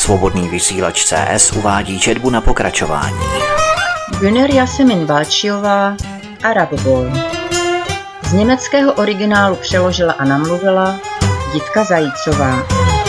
Svobodný vysílač CS uvádí četbu na pokračování. Güner Yasemin Balčiová, Arab Boy. Z německého originálu přeložila a namluvila Jitka Zajícová.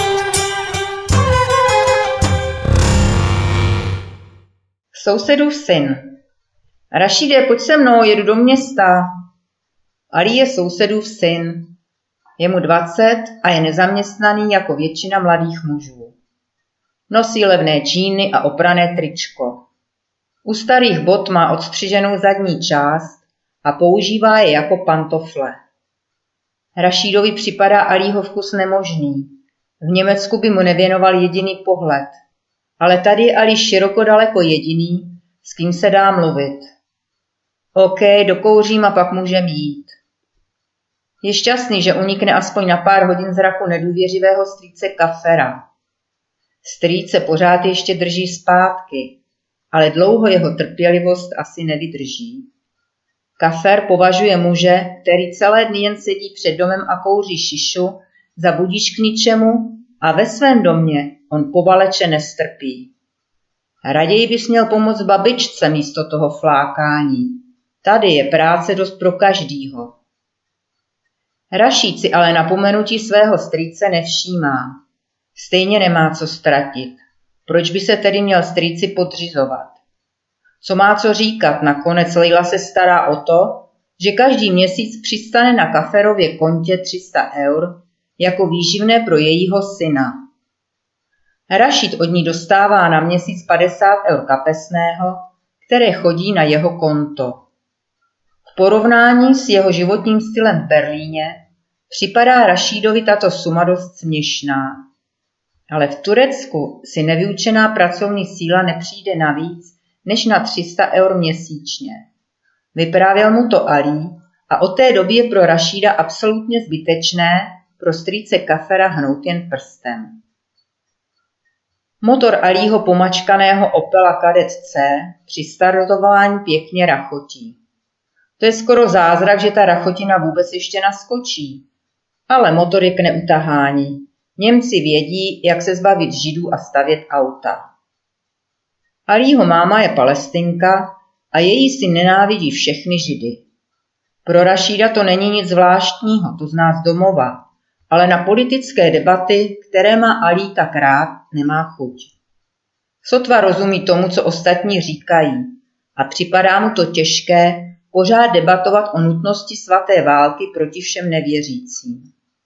Sousedův syn. Rašíde, pojď se mnou, jedu do města. Ali je sousedův syn. Je mu 20 a je nezaměstnaný jako většina mladých mužů. Nosí levné džíny a oprané tričko. U starých bot má odstřiženou zadní část a používá je jako pantofle. Rašídovi připadá Alího vkus nemožný. V Německu by mu nevěnoval jediný pohled. Ale tady je Ali široko daleko jediný, s kým se dá mluvit. OK, dokouřím a pak můžem jít. Je šťastný, že unikne aspoň na pár hodin zraku nedůvěřivého strýce Kafera. Strýc se pořád ještě drží zpátky, ale dlouho jeho trpělivost asi nevydrží. Kafer považuje muže, který celé dny jen sedí před domem a kouří šišu, za budič k ničemu a ve svém domě on povaleče nestrpí. Raději bys měl pomoct babičce místo toho flákání. Tady je práce dost pro každýho. Rašíd si ale napomenutí svého strýce nevšímá. Stejně nemá co ztratit. Proč by se tedy měl strýci podřizovat? Co má co říkat, nakonec Lejla se stará o to, že každý měsíc přistane na Kaferově kontě 300 eur jako výživné pro jejího syna. Rašíd od ní dostává na měsíc 50 eur kapesného, které chodí na jeho konto. V porovnání s jeho životním stylem v Berlíně připadá Rašídovi tato suma dost směšná. Ale v Turecku si nevyučená pracovní síla nepřijde navíc než na 300 eur měsíčně. Vyprávěl mu to Ali a od té doby je pro Rašída absolutně zbytečné pro strýce Kafera hnout jen prstem. Motor Alího pomačkaného Opela Kadett C při startování pěkně rachotí. To je skoro zázrak, že ta rachotina vůbec ještě naskočí. Ale motor je k neutahání. Němci vědí, jak se zbavit Židů a stavět auta. Alího máma je Palestinka a její syn nenávidí všechny Židy. Pro Rašída to není nic zvláštního, to zná z domova, ale na politické debaty, které má Alí tak rád, nemá chuť. Sotva rozumí tomu, co ostatní říkají, a připadá mu to těžké pořád debatovat o nutnosti svaté války proti všem nevěřícím.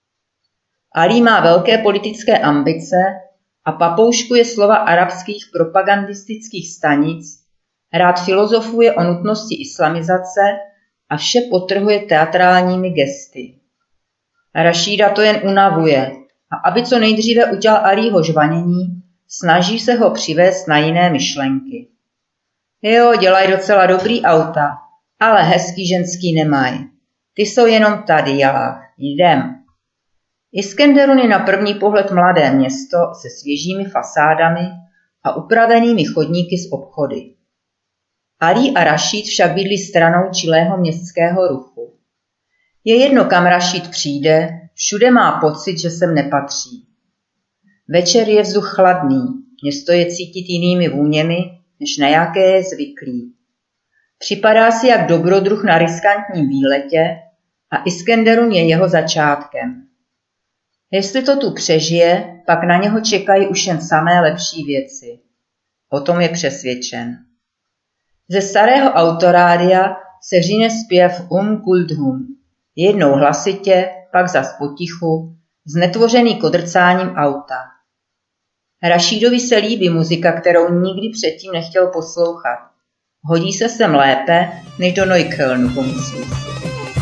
Ali má velké politické ambice a papouškuje slova arabských propagandistických stanic, rád filozofuje o nutnosti islamizace a vše podtrhuje teatrálními gesty. Rašída to jen unavuje a aby co nejdříve udělal Alího žvanění, snaží se ho přivést na jiné myšlenky. Jo, dělají docela dobrý auta, ale hezký ženský nemají. Ty jsou jenom tady, jalách, jdem. Iskenderun je na první pohled mladé město se svěžími fasádami a upravenými chodníky z obchody. Ali a Rašíd však bydlí stranou čilého městského ruchu. Je jedno, kam Rašíd přijde, všude má pocit, že sem nepatří. Večer je vzduch chladný, město je cítit jinými vůněmi, než na jaké je zvyklý. Připadá si jak dobrodruh na riskantním výletě a Iskenderun je jeho začátkem. Jestli to tu přežije, pak na něho čekají už jen samé lepší věci. O tom je přesvědčen. Ze starého autorádia se řine zpěv Kulthum. Jednou hlasitě, pak zas potichu, znetvořený kodrcáním auta. Rašídovi se líbí muzika, kterou nikdy předtím nechtěl poslouchat. Hodí se sem lépe, než do Neuköllnu, pomyslí si.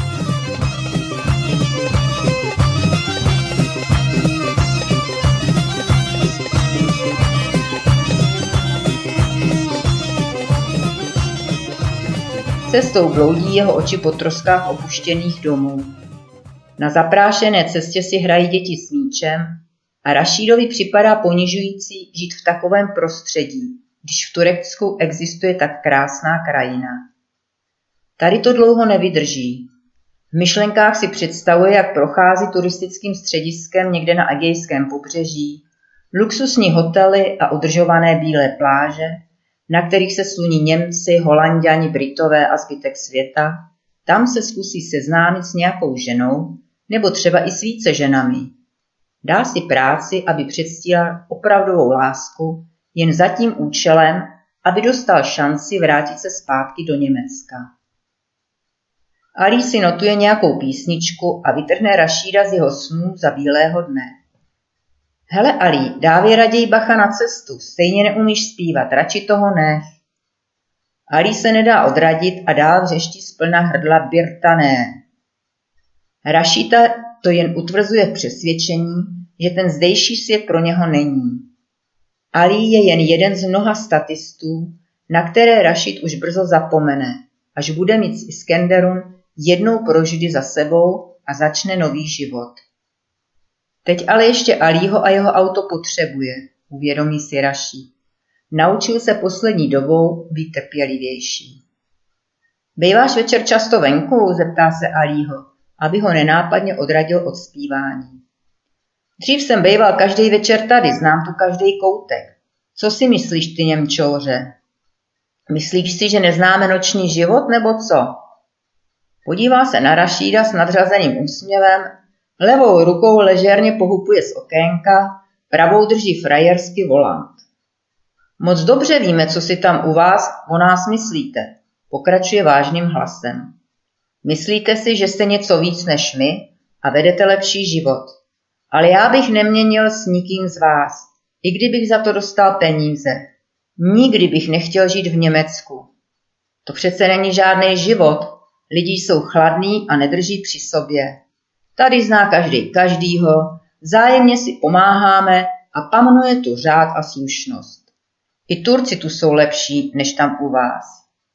Cestou bloudí jeho oči po troskách opuštěných domů. Na zaprášené cestě si hrají děti s míčem a Rašídovi připadá ponižující žít v takovém prostředí, když v Turecku existuje tak krásná krajina. Tady to dlouho nevydrží. V myšlenkách si představuje, jak prochází turistickým střediskem někde na Egejském pobřeží, luxusní hotely a udržované bílé pláže, na kterých se sluní Němci, Holanďani, Britové a zbytek světa, tam se zkusí seznámit s nějakou ženou, nebo třeba i s více ženami. Dá si práci, aby předstírala opravdovou lásku, jen za tím účelem, aby dostal šanci vrátit se zpátky do Německa. Ali si notuje nějakou písničku a vytrhne Rašída z jeho snů za bílého dne. Hele Ali, dávej raději bacha na cestu, stejně neumíš zpívat, radši toho nech. Ali se nedá odradit a dál vřeští z plna hrdla Birta ne. Rašída to jen utvrzuje v přesvědčení, že ten zdejší svět pro něho není. Ali je jen jeden z mnoha statistů, na které Rašid už brzo zapomene, až bude mít s Iskenderun jednou provždy za sebou a začne nový život. Teď ale ještě Alího a jeho auto potřebuje, uvědomí si Rašid. Naučil se poslední dobou být trpělivější. Býváš večer často venku, zeptá se Alího, aby ho nenápadně odradil od zpívání. Dřív jsem býval každý večer tady, znám tu každý koutek. Co si myslíš, ty Němčouře? Myslíš si, že neznáme noční život, nebo co? Podívá se na Rašída s nadřazeným úsměvem, levou rukou ležérně pohupuje z okénka, pravou drží frajersky volant. Moc dobře víme, co si tam u vás o nás myslíte, pokračuje vážným hlasem. Myslíte si, že jste něco víc než my a vedete lepší život. Ale já bych neměnil s nikým z vás, i kdybych za to dostal peníze. Nikdy bych nechtěl žít v Německu. To přece není žádný život. Lidi jsou chladní a nedrží při sobě. Tady zná každý každýho, vzájemně si pomáháme a panuje tu řád a slušnost. I Turci tu jsou lepší, než tam u vás.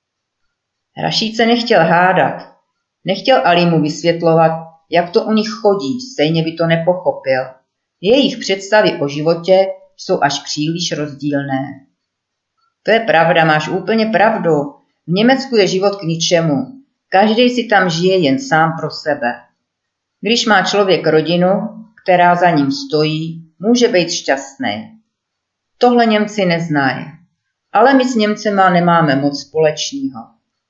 Rašíd se nechtěl hádat. Nechtěl Alímu vysvětlovat, jak to u nich chodí, stejně by to nepochopil. Jejich představy o životě jsou až příliš rozdílné. To je pravda, máš úplně pravdu. V Německu je život k ničemu. Každý si tam žije jen sám pro sebe. Když má člověk rodinu, která za ním stojí, může být šťastný. Tohle Němci neznají. Ale my s Němcema nemáme moc společného.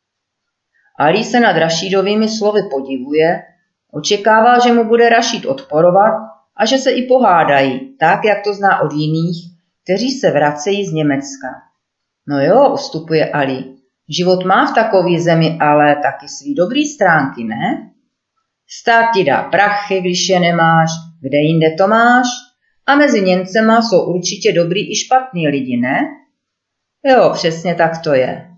Alí se nad Rašídovými slovy podivuje, očekával, že mu bude Rašíd odporovat a že se i pohádají, tak, jak to zná od jiných, kteří se vracejí z Německa. No jo, ustupuje Ali, život má v takové zemi ale taky svý dobrý stránky, ne? Stát ti dá prachy, když je nemáš, kde jinde to máš? A mezi Němcema jsou určitě dobrý i špatný lidi, ne? Jo, přesně tak to je.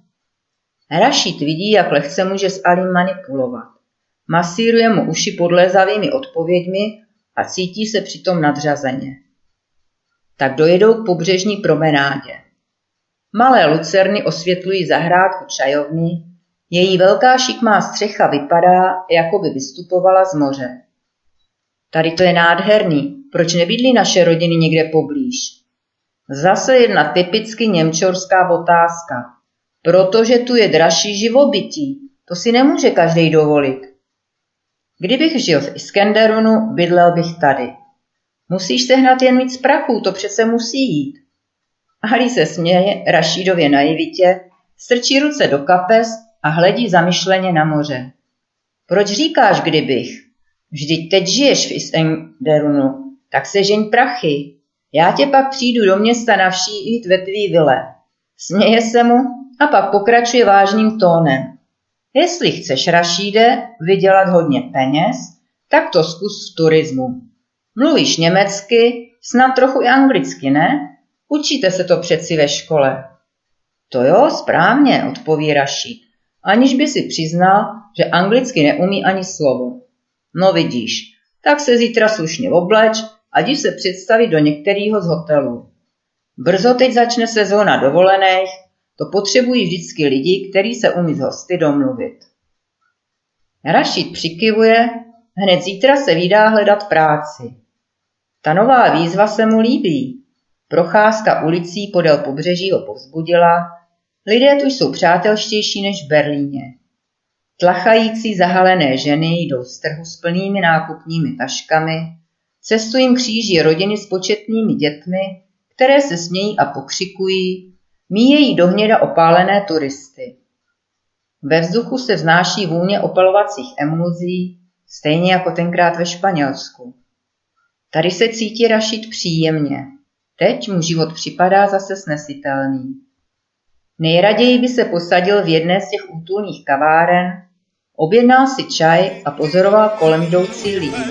Rašíd vidí, jak lehce může s Alim manipulovat. Masíruje mu uši podlézavými odpověďmi a cítí se přitom nadřazeně. Tak dojedou k pobřežní promenádě. Malé lucerny osvětlují zahrádku čajovny, její velká šikmá střecha vypadá, jako by vystupovala z moře. Tady to je nádherný, proč nebydlí naše rodiny někde poblíž? Zase jedna typicky němčorská otázka. Protože tu je dražší živobytí, to si nemůže každý dovolit. Kdybych žil v Iskenderunu, bydlel bych tady. Musíš sehnat jen víc prachu, to přece musí jít. Ali se směje Rašídově naivitě, strčí ruce do kapes a hledí zamyšleně na moře. Proč říkáš kdybych? Vždyť teď žiješ v Iskenderunu, tak sežeň prachy. Já tě pak přijdu do města navštívit ve tvý vile. Směje se mu a pak pokračuje vážným tónem. Jestli chceš, Rašíde, vydělat hodně peněz, tak to zkus v turismu. Mluvíš německy, snad trochu i anglicky, ne? Učíte se to přeci ve škole. To jo, správně, odpoví Rašíd, aniž by si přiznal, že anglicky neumí ani slovo. No vidíš, tak se zítra slušně obleč a jdi se představit do některého z hotelů. Brzo teď začne sezóna dovolených, to potřebují vždycky lidi, kteří se umí s hosty domluvit. Rašíd přikyvuje, hned zítra se vydá hledat práci. Ta nová výzva se mu líbí. Procházka ulicí podél pobřeží ho povzbudila, lidé tu jsou přátelštější než v Berlíně. Tlachající zahalené ženy jdou z trhu s plnými nákupními taškami, Cestu kříží rodiny s početnými dětmi, které se smějí a pokřikují, míjejí do hněda opálené turisty. Ve vzduchu se vznáší vůně opalovacích emulzí, stejně jako tenkrát ve Španělsku. Tady se cítí Rašíd příjemně. Teď mu život připadá zase snesitelný. Nejraději by se posadil v jedné z těch útulných kaváren, objednal si čaj a pozoroval kolem jdoucí lidi.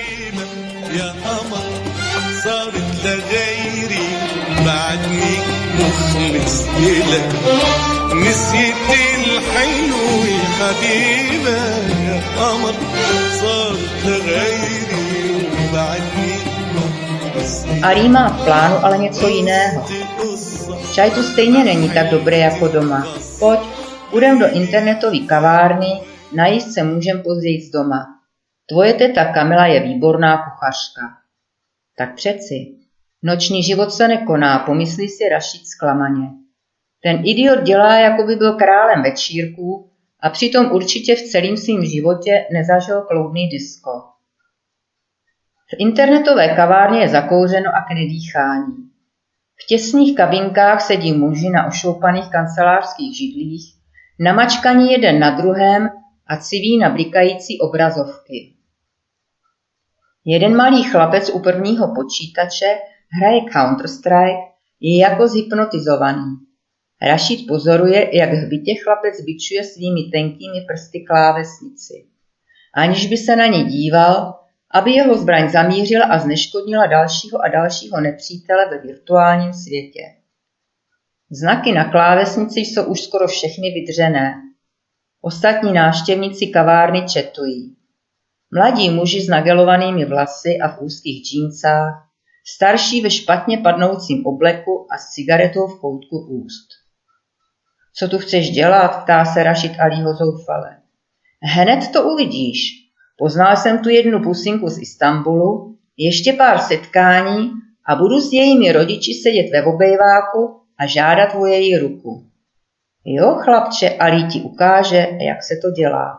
Alí má v plánu ale něco jiného. Čaj tu stejně není tak dobrý jako doma. Pojď, půjdem do internetové kavárny, najíst se můžem později z doma. Tvoje teta Kamila je výborná kuchařka. Tak přeci, noční život se nekoná, pomyslí si Rašíd zklamaně. Ten idiot dělá, jako by byl králem večírků a přitom určitě v celém svým životě nezažil kloudný disko. V internetové kavárně je zakouřeno a k nedýchání. V těsných kabinkách sedí muži na ošoupaných kancelářských židlích, namačkaní jeden na druhém a civí na blikající obrazovky. Jeden malý chlapec u prvního počítače hraje Counter-Strike, je jako zhypnotizovaný. Rašíd pozoruje, jak hbitě chlapec bičuje svými tenkými prsty klávesnici. Aniž by se na ní díval, aby jeho zbraň zamířila a zneškodnila dalšího a dalšího nepřítele ve virtuálním světě. Znaky na klávesnici jsou už skoro všechny vydřené. Ostatní návštěvníci kavárny četují. Mladí muži s nagelovanými vlasy a v úzkých džínsách, starší ve špatně padnoucím obleku a s cigaretou v koutku úst. Co tu chceš dělat, ptá se Rašíd Alího zoufale. Hned to uvidíš. Poznal jsem tu jednu pusinku z Istanbulu, ještě pár setkání a budu s jejími rodiči sedět ve obejváku a žádat o její ruku. Jo, chlapče, Alí ti ukáže, jak se to dělá.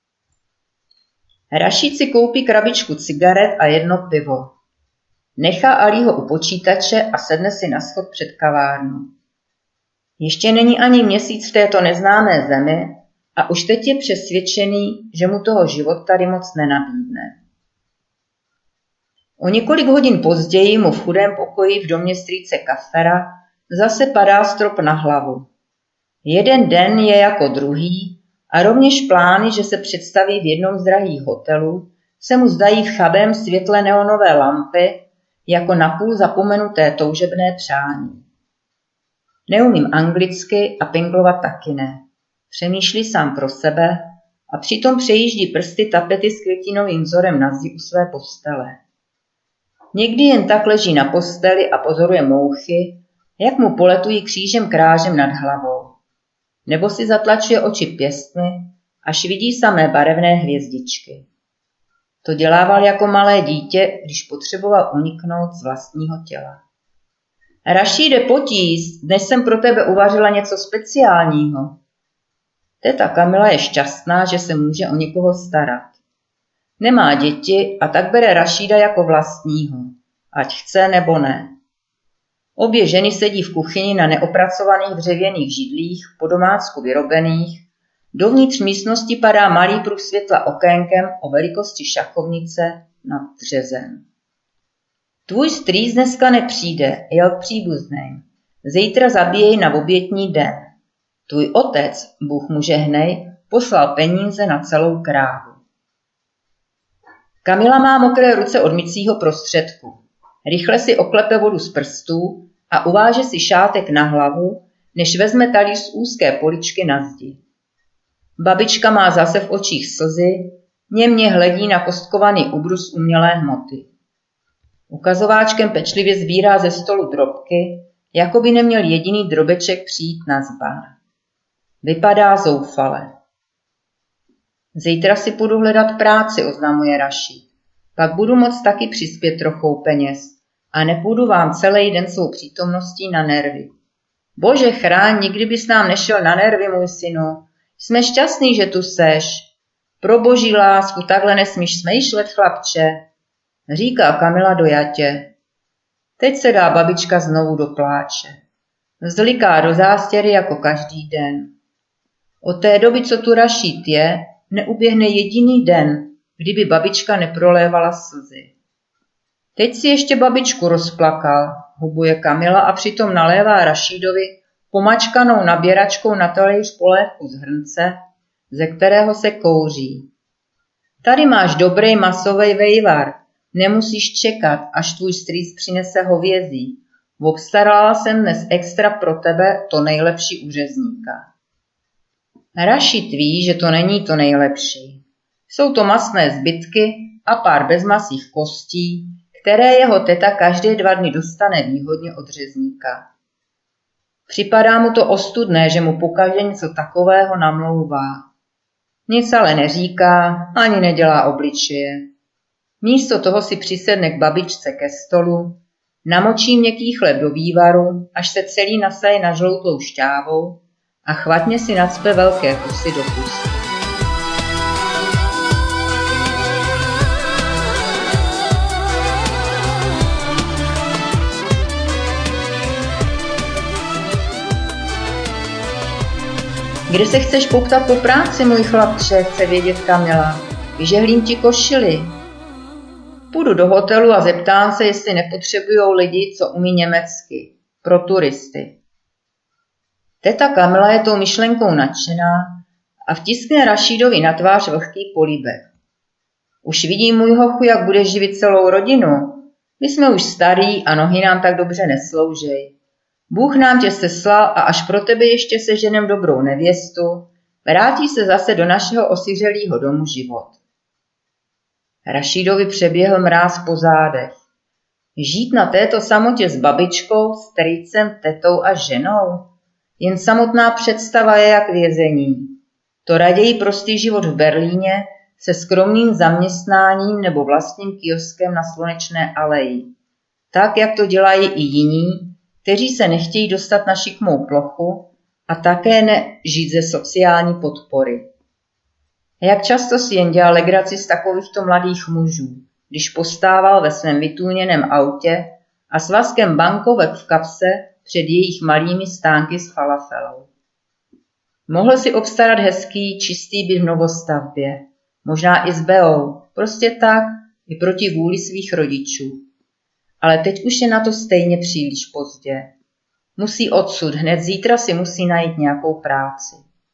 Rašíd si koupí krabičku cigaret a jedno pivo. Nechá Alího u počítače a sedne si na schod před kavárnu. Ještě není ani měsíc v této neznámé zemi a už teď je přesvědčený, že mu toho život tady moc nenabídne. O několik hodin později mu v chudém pokoji v domě strýce Kafera zase padá strop na hlavu. Jeden den je jako druhý a rovněž plány, že se představí v jednom z drahých hotelů, se mu zdají v chabém světle neonové lampy jako napůl zapomenuté toužebné přání. Neumím anglicky a pinglovat taky ne. Přemýšlí sám pro sebe a přitom přejíždí prsty tapety s květinovým vzorem na zdi u své postele. Někdy jen tak leží na posteli a pozoruje mouchy, jak mu poletují křížem krážem nad hlavou. Nebo si zatlačuje oči pěstmi, až vidí samé barevné hvězdičky. To dělával jako malé dítě, když potřeboval uniknout z vlastního těla. Rašíde, pojď jíst, dnes jsem pro tebe uvařila něco speciálního. Teta Kamila je šťastná, že se může o někoho starat. Nemá děti a tak bere Rašída jako vlastního, ať chce nebo ne. Obě ženy sedí v kuchyni na neopracovaných dřevěných židlích, po domácku vyrobených. Dovnitř místnosti padá malý pruh světla okénkem o velikosti šachovnice nad dřezem. Tvůj strýc dneska nepřijde, jel k příbuzným. Zítra zabíjej na obětní den. Tvůj otec, Bůh mu žehnej, poslal peníze na celou krávu. Kamila má mokré ruce od mycího prostředku. Rychle si oklepe vodu z prstů a uváže si šátek na hlavu, než vezme talíř z úzké poličky na zdi. Babička má zase v očích slzy, němě hledí na kostkovaný ubrus umělé hmoty. Ukazováčkem pečlivě sbírá ze stolu drobky, jako by neměl jediný drobeček přijít na zbar. Vypadá zoufale. Zítra si půjdu hledat práci, oznamuje Rašíd. Pak budu moct taky přispět trochou peněz a nepůjdu vám celý den svou přítomností na nervy. Bože chráň, nikdy bys nám nešel na nervy, můj synu. Jsme šťastný, že tu seš. Pro boží lásku, takhle nesmíš smýšlet, chlapče. říká Kamila dojatě. Teď se dá babička znovu do pláče. Vzliká do zástěry jako každý den. Od té doby, co tu Rašíd je, neuběhne jediný den, kdyby babička neprolévala slzy. Teď si ještě babičku rozplakal, hubuje Kamila a přitom nalévá Rašídovi pomačkanou naběračkou na talíř polévku z hrnce, ze kterého se kouří. Tady máš dobrý masový vejvar, nemusíš čekat, až tvůj strýc přinese hovězí. Obstarala jsem dnes extra pro tebe to nejlepší u řezníka. Rašíd ví, že to není to nejlepší. Jsou to mastné zbytky a pár bezmasých kostí, které jeho teta každé 2 dny dostane výhodně od řezníka. Připadá mu to ostudné, že mu pokaždé něco takového namlouvá. Nic ale neříká, ani nedělá obličeje. Místo toho si přisedne k babičce ke stolu, namočí měkký chléb do vývaru, až se celý nasaje nažloutlou šťávou a chvatně si nacpe velké kusy do pusy. Kde se chceš poptat po práci, můj chlapče, chce vědět Kamila. Vyžehlím ti košili. Půjdu do hotelu a zeptám se, jestli nepotřebujou lidi, co umí německy. Pro turisty. Teta Kamila je tou myšlenkou nadšená a vtiskne Rašídovi na tvář vlhký políbek. Už vidím, můj hochu, jak budeš živit celou rodinu. My jsme už starí a nohy nám tak dobře nesloužej. Bůh nám tě seslal a až pro tebe ještě seženem dobrou nevěstu, vrátí se zase do našeho osiřelého domu život. Rašídovi přeběhl mráz po zádech. Žít na této samotě s babičkou, strýcem, tetou a ženou? Jen samotná představa je jak vězení. To raději prostý život v Berlíně se skromným zaměstnáním nebo vlastním kioskem na Slunečné aleji. Tak, jak to dělají i jiní, kteří se nechtějí dostat na šikmou plochu a také nežít ze sociální podpory. Jak často si jen dělal legraci z takovýchto mladých mužů, když postával ve svém vytůněném autě a s vaskem bankovek v kapse před jejich malými stánky s falafelou. Mohl si obstarat hezký, čistý byt v novostavbě, možná i s Beou, prostě tak i proti vůli svých rodičů. Ale teď už je na to stejně příliš pozdě. Musí odsud, hned zítra si musí najít nějakou práci.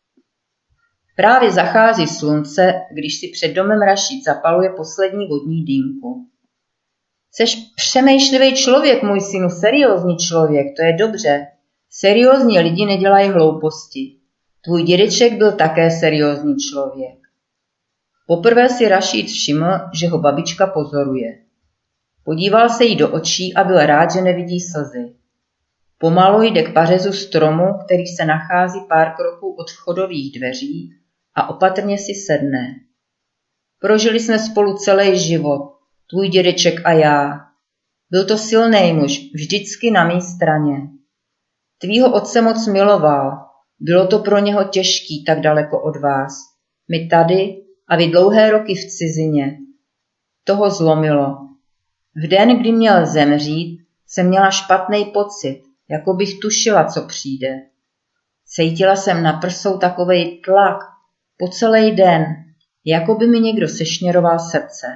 Právě zachází slunce, když si před domem Rašíd zapaluje poslední vodní dýmku. Jseš přemýšlivý člověk, můj synu, seriózní člověk, to je dobře. Seriózní lidi nedělají hlouposti. Tvůj dědeček byl také seriózní člověk. Poprvé si Rašíd všiml, že ho babička pozoruje. Podíval se jí do očí a byl rád, že nevidí slzy. Pomalu jde k pařezu stromu, který se nachází pár kroků od vchodových dveří a opatrně si sedne. Prožili jsme spolu celý život, tvůj dědeček a já. Byl to silný muž, vždycky na mé straně. Tvýho otce moc miloval, bylo to pro něho těžký tak daleko od vás. My tady a vy dlouhé roky v cizině. Toho zlomilo. V den, kdy měl zemřít, jsem měla špatný pocit, jako bych tušila, co přijde. Cítila jsem na prsou takovej tlak po celý den, jako by mi někdo sešněroval srdce.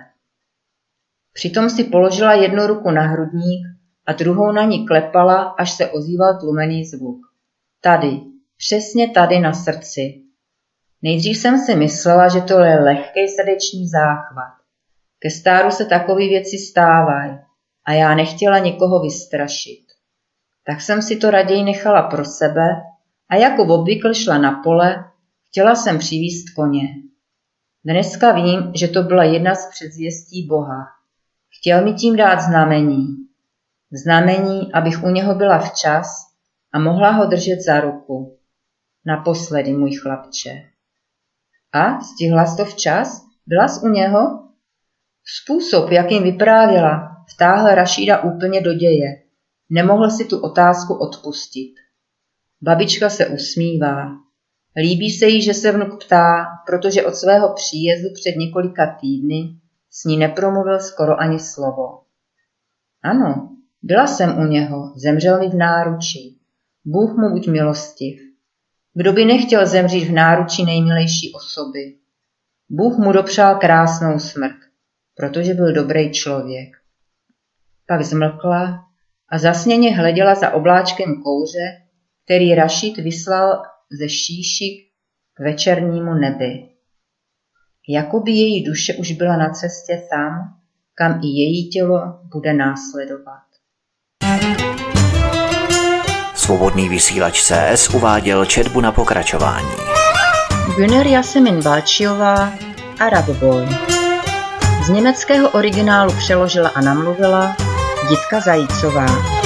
Přitom si položila jednu ruku na hrudník a druhou na ní klepala, až se ozýval tlumený zvuk. Tady, přesně tady na srdci. Nejdřív jsem si myslela, že to je lehkej srdeční záchvat. Ke stáru se takové věci stávají a já nechtěla nikoho vystrašit. Tak jsem si to raději nechala pro sebe a jako obvykle šla na pole, chtěla jsem přivízt koně. Dneska vím, že to byla jedna z předzvěstí Boha. Chtěl mi tím dát znamení. Znamení, abych u něho byla včas a mohla ho držet za ruku. Naposledy, můj chlapče. A stihla jsi to včas? Byla jsi u něho? Způsob, jakým vyprávěla, vtáhl Rašída úplně do děje. Nemohl si tu otázku odpustit. Babička se usmívá. Líbí se jí, že se vnuk ptá, protože od svého příjezdu před několika týdny s ní nepromluvil skoro ani slovo. Ano, byla jsem u něho, zemřel mi v náručí. Bůh mu buď milostiv. Kdo by nechtěl zemřít v náručí nejmilejší osoby? Bůh mu dopřál krásnou smrt, protože byl dobrý člověk. Pak zmlkla a zasněně hleděla za obláčkem kouře, který Rašid vyslal ze šíši k večernímu nebi. Jakoby její duše už byla na cestě tam, kam i její tělo bude následovat. Svobodný vysílač CS uváděl četbu na pokračování. Güner Yasemin Balčiová, Arab Boy. Z německého originálu přeložila a namluvila Jitka Zajícová.